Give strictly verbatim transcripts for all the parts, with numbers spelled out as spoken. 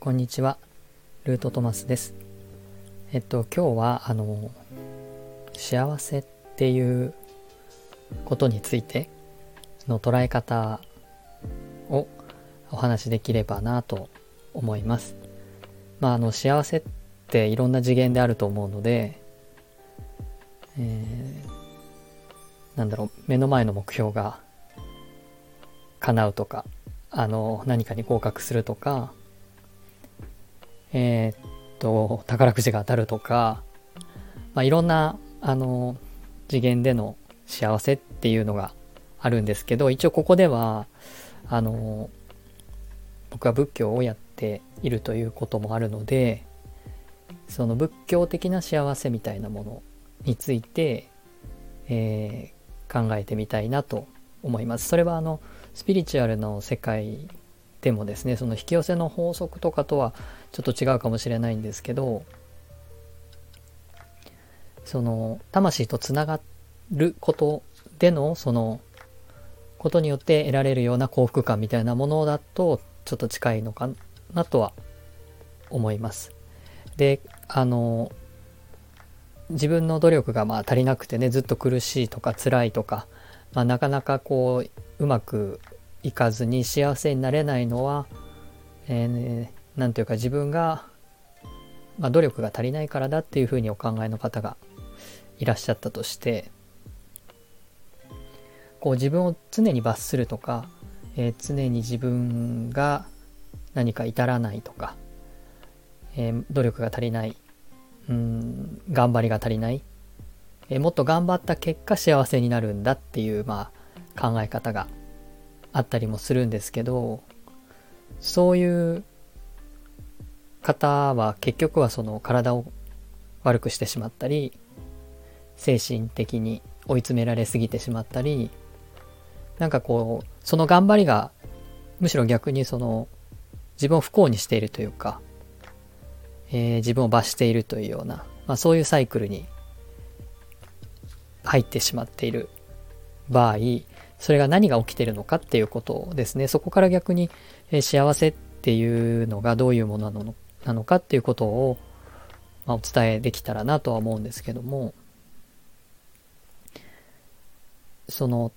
こんにちは、ルートトマスです。えっと今日はあの幸せっていうことについての捉え方をお話しできればなと思います。まああの幸せっていろんな次元であると思うので、えー、なんだろう目の前の目標が叶うとか、あの何かに合格するとか、えー、っと宝くじが当たるとか、まあ、いろんなあの次元での幸せっていうのがあるんですけど、一応ここではあの僕は仏教をやっているということもあるので、その仏教的な幸せみたいなものについて、えー、考えてみたいなと思います。それはあのスピリチュアルの世界でもですね、その引き寄せの法則とかとはちょっと違うかもしれないんですけど、その魂とつながることでのそのことによって得られるような幸福感みたいなものだとちょっと近いのかなとは思います。で、あの自分の努力がまあ足りなくてね、ずっと苦しいとか辛いとか、まあ、なかなかこううまくいかずに幸せになれないのは、えー、なんていうか自分が、まあ、努力が足りないからだっていうふうにお考えの方がいらっしゃったとして、こう自分を常に罰するとか、えー、常に自分が何か至らないとか、えー、努力が足りない、うーん頑張りが足りない、えー、もっと頑張った結果幸せになるんだっていう、まあ、考え方があったりもするんですけど、そういう方は結局はその体を悪くしてしまったり、精神的に追い詰められすぎてしまったり、なんかこうその頑張りがむしろ逆にその自分を不幸にしているというか、えー、自分を罰しているというような、まあ、そういうサイクルに入ってしまっている場合、それが何が起きているのかっていうことですね。そこから逆に、えー、幸せっていうのがどういうものなの、なのかっていうことを、まあ、お伝えできたらなとは思うんですけども、その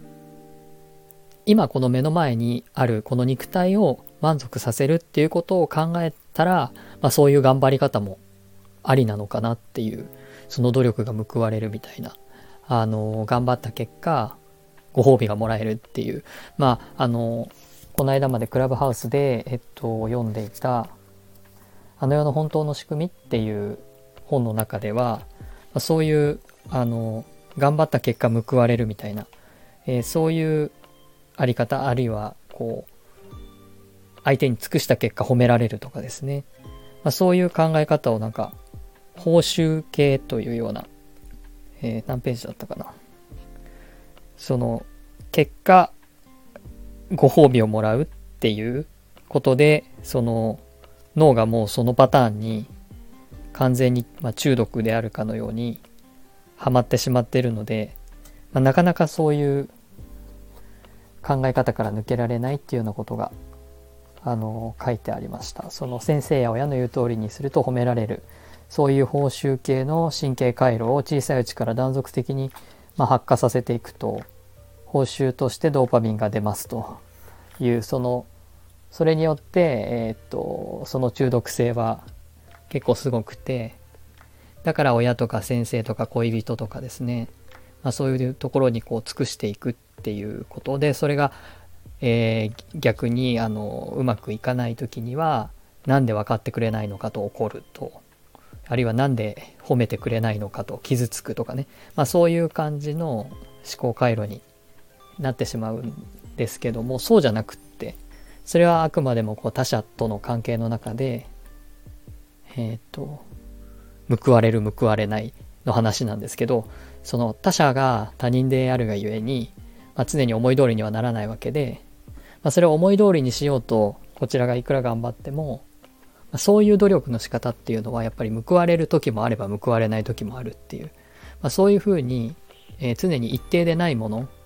今この目の前にあるこの肉体を満足させるっていうことを考えたら、まあ、そういう頑張り方もありなのかなっていう、その努力が報われるみたいな、あの頑張った結果ご褒美がもらえるっていう、まああのこの間までクラブハウスで、えっと、読んでいたあの世の本当の仕組みっていう本の中では、そういうあの頑張った結果報われるみたいな、えー、そういうあり方、あるいはこう相手に尽くした結果褒められるとかですね、まあ、そういう考え方をなんか報酬系というような、えー、何ページだったかな、その結果ご褒美をもらうっていうことで、その脳がもうそのパターンに完全に、まあ、中毒であるかのようにハマってしまっているので、まあ、なかなかそういう考え方から抜けられないっていうようなことがあの書いてありました。その先生や親の言う通りにすると褒められる、そういう報酬系の神経回路を小さいうちから断続的に、まあ、発火させていくと報酬としてドーパミンが出ますという、そのそれによって、えー、っとその中毒性は結構すごくて、だから親とか先生とか恋人とかですね、まあ、そういうところにこう尽くしていくっていうことで、それが、えー、逆にあのうまくいかない時にはなんで分かってくれないのかと怒ると、あるいはなんで褒めてくれないのかと傷つくとかね、まあ、そういう感じの思考回路になってしまうんですけども、そうじゃなくって、それはあくまでもこう他者との関係の中でえっと報われる報われないの話なんですけど、その他者が他人であるがゆえに、まあ、常に思い通りにはならないわけで、まあ、それを思い通りにしようとこちらがいくら頑張っても、まあ、そういう努力の仕方っていうのはやっぱり報われる時もあれば報われない時もあるっていう、まあ、そういうふうに、えー、常に一定でないもの、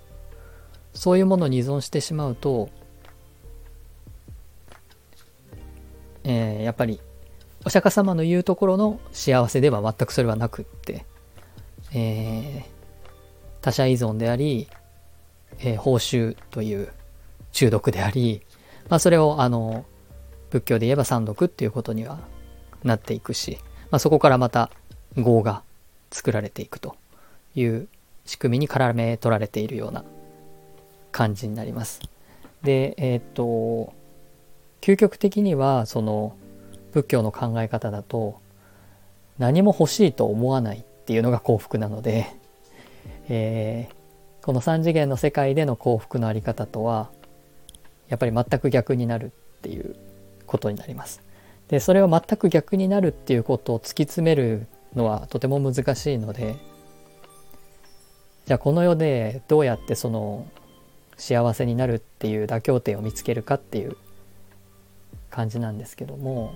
そういうものに依存してしまうと、 えー、やっぱりお釈迦様の言うところの幸せでは全くそれはなくって、えー、他者依存であり、えー、報酬という中毒であり、まあ、それをあの仏教で言えば三毒っていうことにはなっていくし、まあ、そこからまた業が作られていくという仕組みに絡め取られているような感じになります。で、えっと究極的にはその仏教の考え方だと何も欲しいと思わないっていうのが幸福なので、えー、この三次元の世界での幸福のあり方とはやっぱり全く逆になるっていうことになります。で、それを全く逆になるっていうことを突き詰めるのはとても難しいので、じゃあこの世でどうやってその幸せになるっていう妥協点を見つけるかっていう感じなんですけども、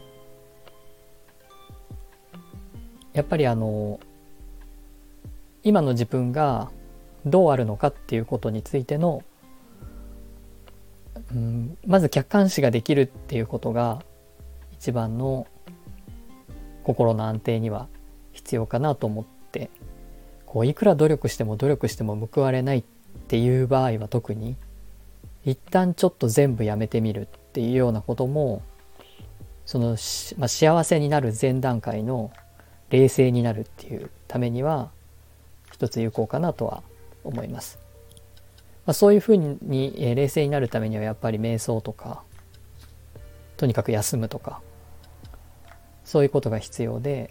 やっぱりあの今の自分がどうあるのかっていうことについての、うん、まず客観視ができるっていうことが一番の心の安定には必要かなと思って、こういくら努力しても努力しても報われないっていう場合は特に一旦ちょっと全部やめてみるっていうようなことも、その、まあ、幸せになる前段階の冷静になるっていうためには一つ有効かなとは思います。まあ、そういうふうに、えー、冷静になるためにはやっぱり瞑想とか、とにかく休むとか、そういうことが必要で、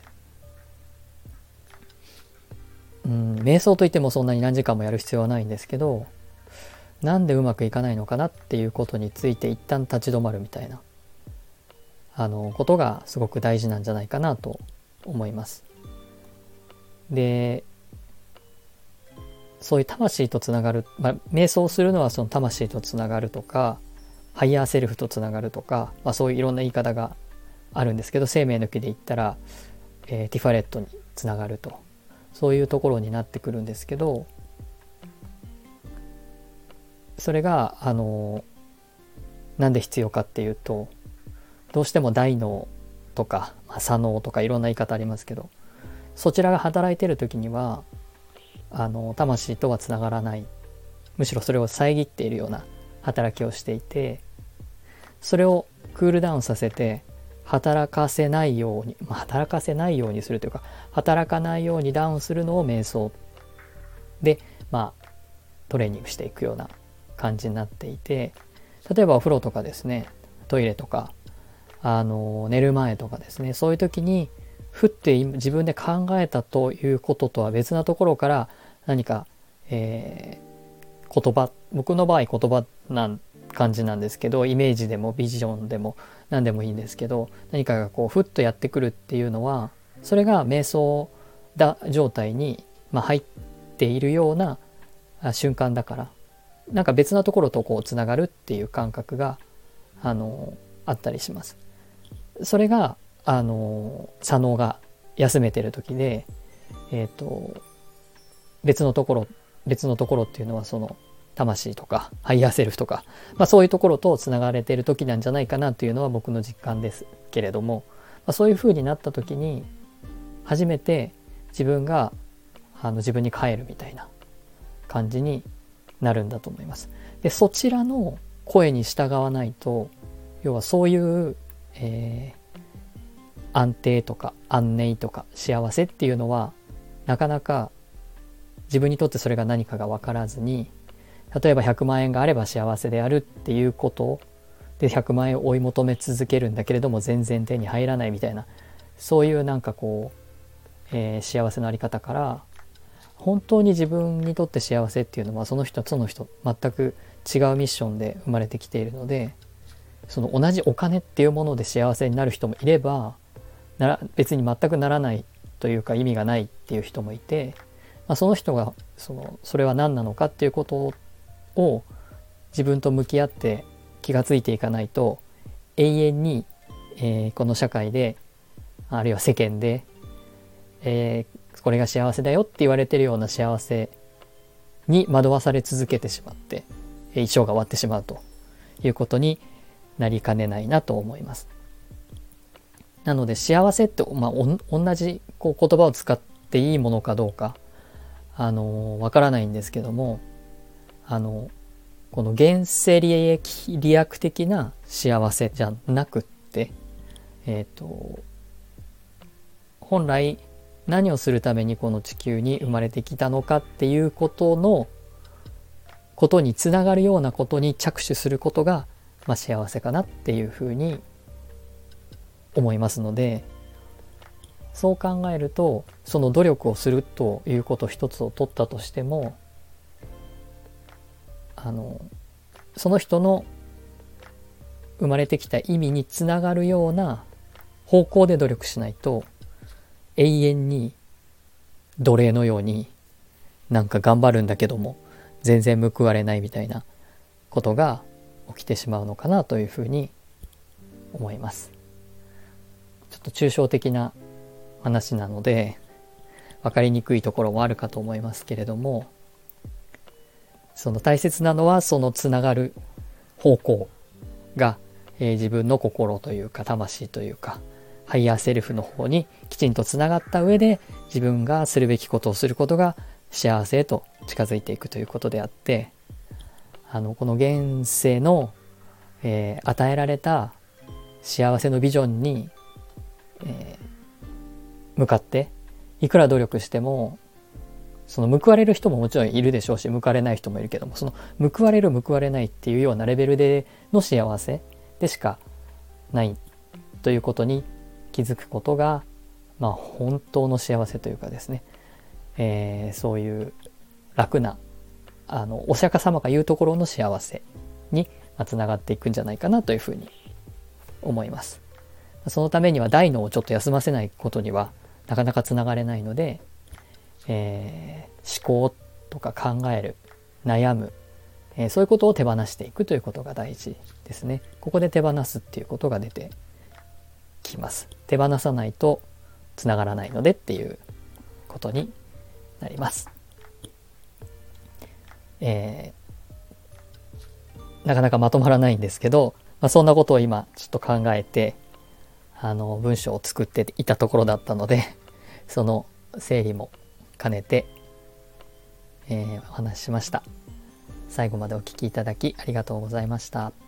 うん、瞑想といってもそんなに何時間もやる必要はないんですけど、なんでうまくいかないのかなっていうことについて一旦立ち止まるみたいなあのことがすごく大事なんじゃないかなと思います。で、そういう魂とつながる、まあ、瞑想するのはその魂とつながるとか、ハイヤーセルフとつながるとか、まあ、そういういろんな言い方があるんですけど、生命の木で言ったら、えー、ティファレットにつながると、そういうところになってくるんですけど、それがあのなんで必要かっていうと、どうしても大脳とか、まあ、左脳とかいろんな言い方ありますけど、そちらが働いている時にはあの魂とはつながらない、むしろそれを遮っているような働きをしていて、それをクールダウンさせて働かせないように、まあ、働かせないようにするというか、働かないようにダウンするのを瞑想で、まあ、トレーニングしていくような感じになっていて、例えばお風呂とかですね、トイレとか、あの寝る前とかですね、そういう時にふって自分で考えたということとは別なところから何か、えー、言葉、僕の場合言葉な感じなんですけど、イメージでもビジョンでも何でもいいんですけど、何かがこうふっとやってくるっていうのは、それが瞑想だ状態に、まあ、入っているような瞬間だから、なんか別なところとこうつながるっていう感覚があのあったりします。それがあの左脳が休めてる時で、えっと別のところ別のところっていうのはその魂とかハイヤーセルフとか、まあ、そういうところとつながれてる時なんじゃないかなというのは僕の実感ですけれども、まあ、そういう風になった時に初めて自分があの自分に帰るみたいな感じになるんだと思います。で、そちらの声に従わないと、要はそういう、えー、安定とか安寧とか幸せっていうのはなかなか自分にとってそれが何かが分からずに、例えばひゃくまんえんがあれば幸せであるっていうことでひゃくまんえんを追い求め続けるんだけれども全然手に入らないみたいな、そういうなんかこう、えー、幸せのあり方から、本当に自分にとって幸せっていうのはその人その人全く違うミッションで生まれてきているので、その同じお金っていうもので幸せになる人もいれば、なら別に全くならないというか意味がないっていう人もいて、まあ、その人がそのそれは何なのかっていうことを自分と向き合って気がついていかないと、永遠に、えー、この社会であるいは世間で、えー、これが幸せだよって言われてるような幸せに惑わされ続けてしまって一生が終わってしまうということになりかねないなと思います。 なので幸せって、まあ、お同じこう言葉を使っていいものかどうかあのわからないんですけども、あのこの現世利益利益的な幸せじゃなくって、えっと本来何をするためにこの地球に生まれてきたのかっていうことのことにつながるようなことに着手することが、まあ、幸せかなっていうふうに思いますので、そう考えるとその努力をするということ一つを取ったとしても、あのその人の生まれてきた意味につながるような方向で努力しないと、永遠に奴隷のようになんか頑張るんだけども全然報われないみたいなことが起きてしまうのかなというふうに思います。ちょっと抽象的な話なので分かりにくいところもあるかと思いますけれども、その大切なのはそのつながる方向が、えー、自分の心というか魂というかハイヤーセルフの方にきちんとつながった上で、自分がするべきことをすることが幸せへと近づいていくということであって、あのこの現世の、えー、与えられた幸せのビジョンに、えー、向かっていくら努力しても、その報われる人ももちろんいるでしょうし、報われない人もいるけども、その報われる報われないっていうようなレベルでの幸せでしかないということに気づくことが、まあ本当の幸せというかですね、えー、そういう楽なあのお釈迦様が言うところの幸せにつながっていくんじゃないかなというふうに思います。そのためには大脳をちょっと休ませないことにはなかなかつながれないので、えー、思考とか考える、悩む、えー、そういうことを手放していくということが大事ですね。ここで手放すっていうことが出てきます。手放さないとつながらないのでっていうことになります。えー、なかなかまとまらないんですけど、まあ、そんなことを今ちょっと考えてあの文章を作っていたところだったので、その整理も兼ねて、えー、お話ししました。最後までお聞きいただきありがとうございました。